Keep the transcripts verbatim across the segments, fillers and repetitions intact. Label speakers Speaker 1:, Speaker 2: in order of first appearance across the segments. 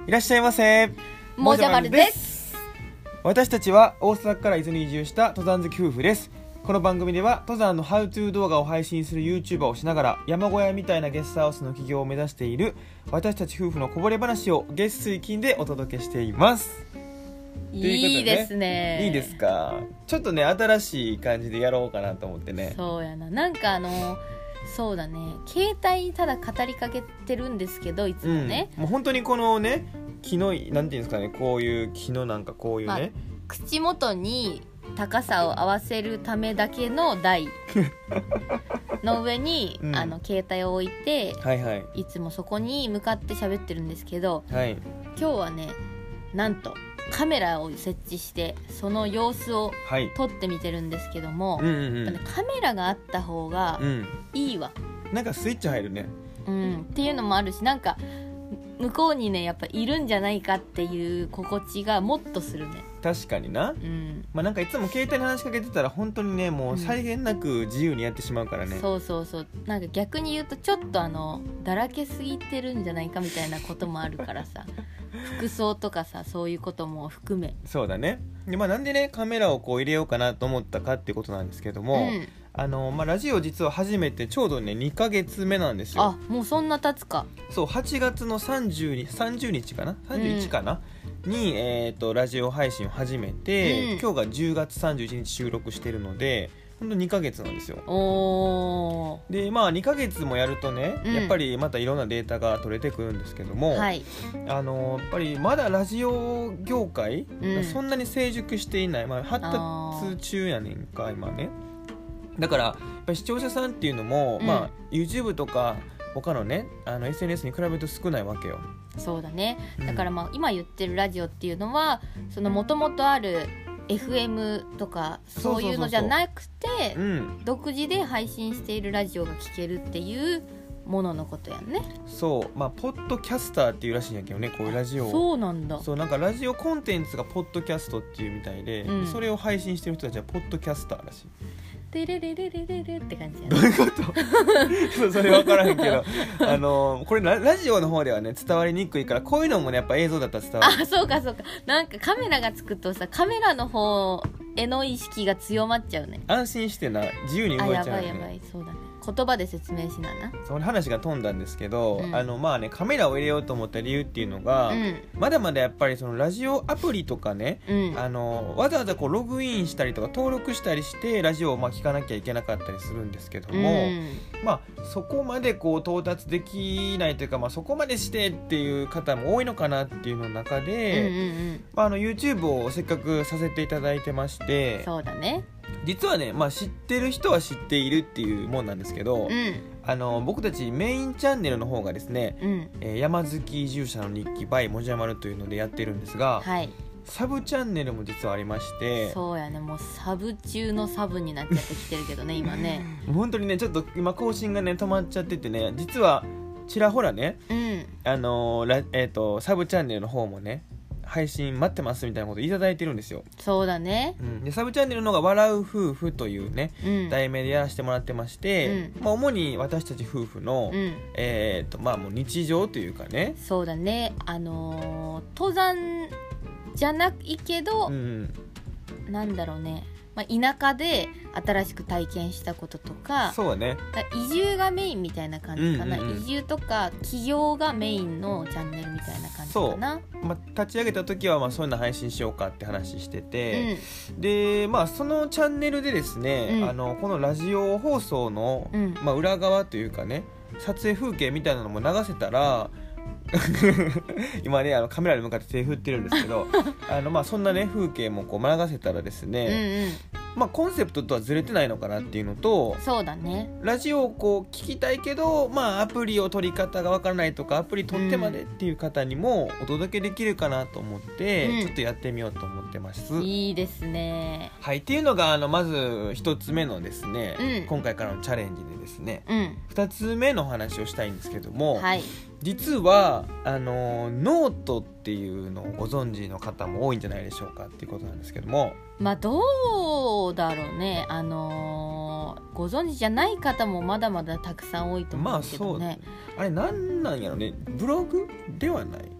Speaker 1: いらっしゃいませ。
Speaker 2: もじゃまるです。
Speaker 1: 私たちは大阪から伊豆に移住した登山好き夫婦です。この番組では登山のハウトゥー動画を配信する YouTuber をしながら山小屋みたいなゲストハウスの起業を目指している私たち夫婦のこぼれ話を月水金でお届けしています。
Speaker 2: いいですね。
Speaker 1: いいですか。ちょっとね新しい感じでやろうかなと思ってね。
Speaker 2: そうやな。なんかあのそうだね、携帯ただ語りかけてるんですけどいつもね、
Speaker 1: うん、もう本当にこのね木のなんていうんですかね、こういう木のなんかこういうね、まあ、
Speaker 2: 口元に高さを合わせるためだけの台の上に、うん、あの携帯を置いて、はいはい、いつもそこに向かって喋ってるんですけど、はい、今日はねなんとカメラを設置してその様子を撮ってみてるんですけども、はい、うんうんうん、カメラがあった方がいいわ、
Speaker 1: うん、なんかスイッチ入るね、
Speaker 2: うん、っていうのもあるし、なんか向こうにねやっぱいるんじゃないかっていう心地がもっとするね。
Speaker 1: 確かにな、うん、まあ、なんかいつも携帯に話しかけてたら本当にねもう際限なく自由にやってしまうからね、うん、そう
Speaker 2: そうそう、なんか逆に言うとちょっとあのだらけすぎてるんじゃないかみたいなこともあるからさ服装とかさそういうことも含め。
Speaker 1: そうだね。で、まあ、なんでねカメラをこう入れようかなと思ったかっていうことなんですけども、うん、あのまあ、ラジオ実は初めてちょうどねにかげつめなんですよ。
Speaker 2: あ、もうそんな経つか。
Speaker 1: そう、はちがつのさんじゅうにちさんじゅうにちかなさんじゅういちかな、うん、に、えー、とラジオ配信を始めて、うん、今日がじゅうがつさんじゅういちにち収録してるのでほんとにかげつなんですよ。おでまあにかげつもやるとね、うん、やっぱりまたいろんなデータが取れてくるんですけども、はい、あのやっぱりまだラジオ業界、うん、そんなに成熟していない、まあ、発達中やねんか今ね。だからやっぱり視聴者さんっていうのも、うん、まあ、YouTube とか他のねあの エスエヌエス に比べると少ないわけよ。
Speaker 2: そうだね。だからまあ、うん、今言ってるラジオっていうのはその元々あるエフエム とかそういうのじゃなくて、うん、独自で配信しているラジオが聴けるっていうもののことやんね。
Speaker 1: そう、まあポッドキャスターっていうらしいんやけどね、こういうラジオを。
Speaker 2: そうなんだ。
Speaker 1: そう、なんかラジオコンテンツがポッドキャストっていうみたいで、うん、それを配信してる人たちはポッドキャスターらしい。
Speaker 2: デレレレレレレって感じやね。
Speaker 1: どういうことそれ分からへんけどあのー、これ ラ, ラジオの方ではね伝わりにくいからこういうのもねやっぱ映像だったら伝わる。
Speaker 2: あ、そうかそうか。なんかカメラがつくとさカメラの方への意識が強まっちゃうね。
Speaker 1: 安心してな自由に動いちゃう、ね、
Speaker 2: あ、やばいやばい。そうだね。言葉で説明しなな。
Speaker 1: その話が飛んだんですけど、うん、あのまあねカメラを入れようと思った理由っていうのが、うん、まだまだやっぱりそのラジオアプリとかね、うん、あのわざわざこうログインしたりとか登録したりしてラジオをまあ聞かなきゃいけなかったりするんですけども、うん、まあそこまでこう到達できないというか、まあ、そこまでしてっていう方も多いのかなっていうの中で、うんうんうん、まあ、あの YouTube をせっかくさせていただいてまして。
Speaker 2: そうだね。
Speaker 1: 実はね、まあ、知ってる人は知っているっていうもんなんですけど、うん、あの僕たちメインチャンネルの方がですね、うん、えー、山好き移住者の日記 by もじゃまるというのでやってるんですが、はい、サブチャンネルも実はありまして。
Speaker 2: そうやね、もうサブ中のサブになっちゃってきてるけどね今ね
Speaker 1: 本当にねちょっと今更新がね止まっちゃっててね、実はちらほらね、うん、あのーえーと、サブチャンネルの方もね配信待ってますみたいなこといただいてるんですよ。
Speaker 2: そうだね、
Speaker 1: うん、でサブチャンネルのが笑う夫婦というね、うん、題名でやらせてもらってまして、うん、まあ、主に私たち夫婦の、うん、えーとまあ、もう日常というかね。
Speaker 2: そうだね、あのー、登山じゃないけど、うん、なんだろうね、まあ、田舎で新しく体験したこととか。
Speaker 1: そうね、
Speaker 2: 移住がメインみたいな感じかな、うんうんうん、移住とか起業がメインのチャンネルみたいな感じかな。
Speaker 1: そう、まあ、立ち上げた時はまあそういうの配信しようかって話してて、うん、で、まあ、そのチャンネルでですね、うん、あのこのラジオ放送の、うん、まあ、裏側というかね撮影風景みたいなのも流せたら今ねあのカメラに向かって手振ってるんですけどあの、まあ、そんなね風景もこう流せたらですね、うんうん、まあ、コンセプトとはずれてないのかなっていうのと。
Speaker 2: そうだね、
Speaker 1: ラジオをこう聞きたいけど、まあ、アプリを取り方がわからないとかアプリ取ってまでっていう方にもお届けできるかなと思って、うん、ちょっとやってみようと思ってます。
Speaker 2: いいですね。
Speaker 1: はい、っていうのがあのまず一つ目のですね、うん、今回からのチャレンジでですね、うん、二つ目の話をしたいんですけども、はい、実はあのノートっていうのをご存知の方も多いんじゃないでしょうかっていうことなんですけども。
Speaker 2: まあどうだろうね、あのー、ご存知じゃない方もまだまだたくさん多いと思うけどね。
Speaker 1: まあそう、あれなんなんやろね、ブログではない。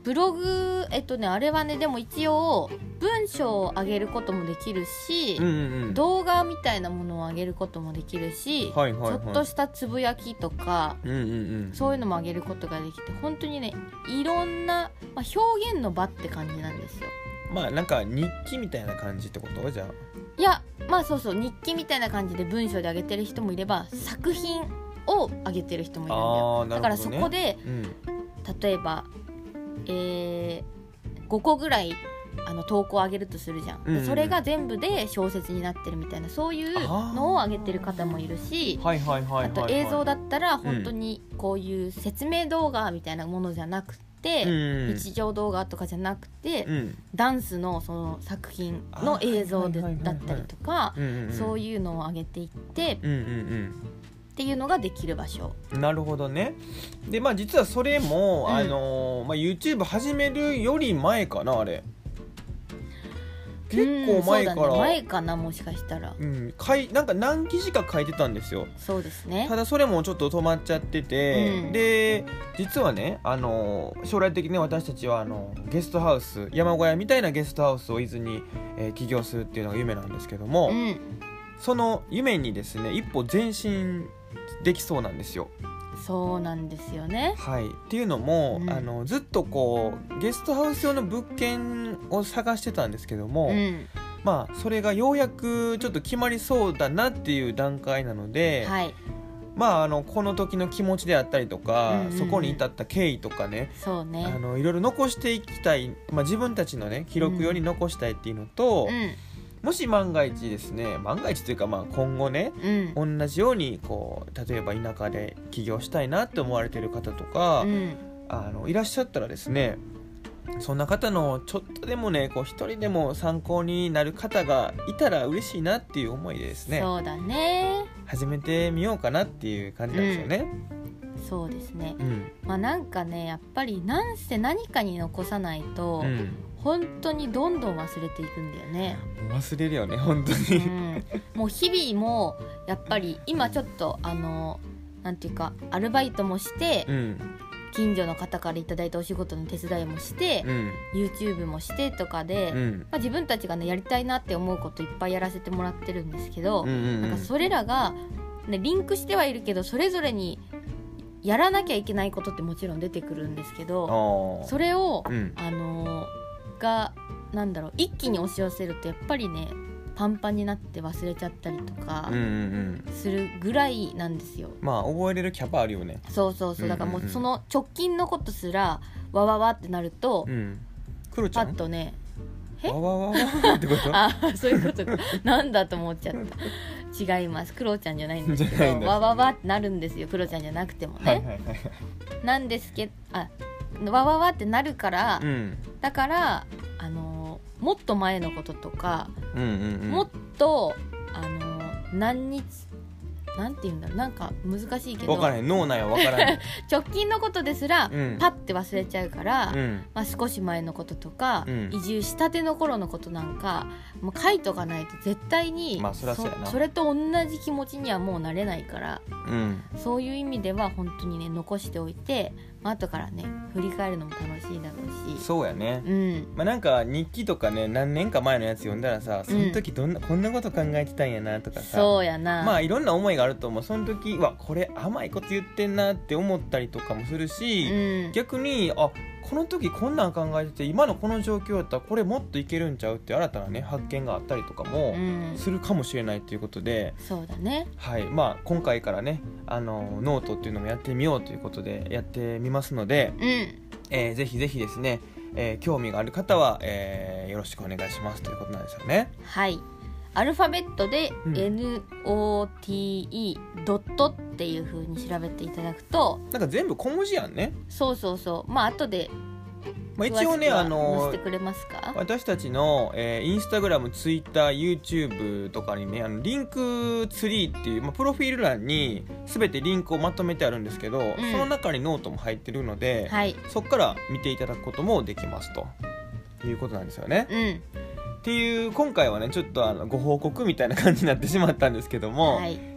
Speaker 2: ブログえっとねあれはねでも一応文章を上げることもできるし、うんうんうん、動画みたいなものを上げることもできるし、はいはいはい、ちょっとしたつぶやきとか、うんうんうん、そういうのも上げることができて本当にねいろんな、まあ、表現の場って感じなんですよ。
Speaker 1: まあなんか日記みたいな感じってことじゃあ。
Speaker 2: いやまあそうそう日記みたいな感じで文章で上げてる人もいれば作品を上げてる人もいるんだよ、ね、だからそこで、うん、例えば、えー、ごこぐらいあの投稿を上げるとするじゃん、うんうん、それが全部で小説になってるみたいなそういうのを上げてる方もいるし、あと映像だったら本当にこういう説明動画みたいなものじゃなくて、うん、日常動画とかじゃなくて、うん、ダンス の, その作品の映像でだったりとか、そういうのを上げていって、うんうんうんっていうのができる場所。
Speaker 1: なるほどね。でまあ実はそれも、うんあのーまあ、YouTube 始めるより前かなあれ。結構前から、うんそうだね、
Speaker 2: 前かなもしかしたら、
Speaker 1: うん、かいなんか何記事か書いてたんですよ。
Speaker 2: そうですね。
Speaker 1: ただそれもちょっと止まっちゃってて、うん、で実はね、あの将来的に私たちはあのゲストハウス山小屋みたいなゲストハウスを伊豆に、えー、起業するっていうのが夢なんですけども、うん、その夢にですね一歩前進できそうなんですよ。
Speaker 2: そうなんですよね。
Speaker 1: はい、っていうのも、うん、あのずっとこうゲストハウス用の物件を探してたんですけども、うん、まあそれがようやくちょっと決まりそうだなっていう段階なので、はい、まああのこの時の気持ちであったりとか、うんうんうん、そこに至った経緯とかね、
Speaker 2: そうね、
Speaker 1: あのいろいろ残していきたい、まあ、自分たちのね記録用に残したいっていうのと、うんうんもし万が一ですね万が一というかまあ今後ね、うん、同じようにこう例えば田舎で起業したいなって思われている方とか、うん、あのいらっしゃったらですねそんな方のちょっとでもねこう一人でも参考になる方がいたら嬉しいなっていう思いでですね
Speaker 2: そうだね
Speaker 1: 始めてみようかなっていう感じなんですよね、
Speaker 2: うん、そうですね、うん、まあなんかねやっぱりなんせ何かに残さないと、うん本当にどんどん忘れていくんだよね。
Speaker 1: 忘れるよね本当に、うん、
Speaker 2: もう日々もやっぱり今ちょっとあのなんていうかアルバイトもして、うん、近所の方からいただいたお仕事の手伝いもして、うん、YouTube もしてとかで、うんまあ、自分たちがねやりたいなって思うこといっぱいやらせてもらってるんですけど、うんうんうん、なんかそれらが、ね、リンクしてはいるけどそれぞれにやらなきゃいけないことってもちろん出てくるんですけどそれを、うん、あのがなんだろう一気に押し寄せるとやっぱりねパンパンになって忘れちゃったりとかするぐらいなんですよ、
Speaker 1: うんうんうん、まあ覚えれるキャパあるよね。
Speaker 2: そうそうそうだからもうその直近のことすらわわわってなると、うん、
Speaker 1: クロちゃん
Speaker 2: パッとね
Speaker 1: えわわわわってこと
Speaker 2: あそういうことかなんだと思っちゃった違いますクロちゃんじゃないんですけどわわわってなるんですよクロちゃんじゃなくてもね、はいはいはい、なんですけどあわわわってなるから、うん、だからあのもっと前のこととか、うんうんうん、もっとあの何日なんていうんだろうなんか難しいけど
Speaker 1: 分からへん脳内は分からへん
Speaker 2: 直近のことですら、うん、パッて忘れちゃうから、うんまあ、少し前のこととか、うん、移住したての頃のことなんかもう書いとかないと絶対に、
Speaker 1: まあ、そ, そ,
Speaker 2: それと同じ気持ちにはもうなれないから、うん、そういう意味では本当にね残しておいて、まあ後からね振り返るのも楽しいだろうし
Speaker 1: そうやね、うんまあ、なんか日記とかね何年か前のやつ読んだらさその時どんな、うん、こんなこと考えてたんやなとかさ
Speaker 2: そうやな
Speaker 1: まあいろんな思いがあると思うその時はこれ甘いこと言ってんなって思ったりとかもするし、うん、逆にあこの時こんなん考えてて今のこの状況だったらこれもっといけるんちゃうって新たなね発見があったりとかもするかもしれないということで、
Speaker 2: うん、そうだね
Speaker 1: はいまあ今回からねあのノートっていうのもやってみようということでやってみますので、うんえー、ぜひぜひですね、えー、興味がある方は、えー、よろしくお願いしますということなんですよね。
Speaker 2: はいアルファベットで エヌオーティーイー ドットっていう風に調べていただくと
Speaker 1: なんか全部小文字やんね。
Speaker 2: そうそうそうまあ後で
Speaker 1: まあ、一応ねあの
Speaker 2: 載せてくれますか
Speaker 1: 私たちの、えー、インスタグラム、ツイッター、YouTube とかにねあのリンクツリーっていう、まあ、プロフィール欄に全てリンクをまとめてあるんですけど、うん、その中にノートも入ってるので、はい、そこから見ていただくこともできますということなんですよね、うんっていう今回はねちょっとあのご報告みたいな感じになってしまったんですけども、はい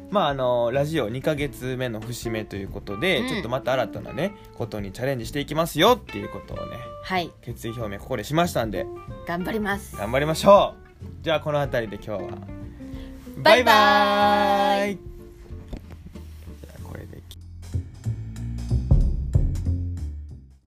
Speaker 1: まああのラジオにかげつめの節目ということで、うん、ちょっとまた新たなねことにチャレンジしていきますよっていうことをね、
Speaker 2: はい、
Speaker 1: 決意表明ここでしましたんで
Speaker 2: 頑張ります
Speaker 1: 頑張りましょう。じゃあこの辺りで今日はバイバーイ。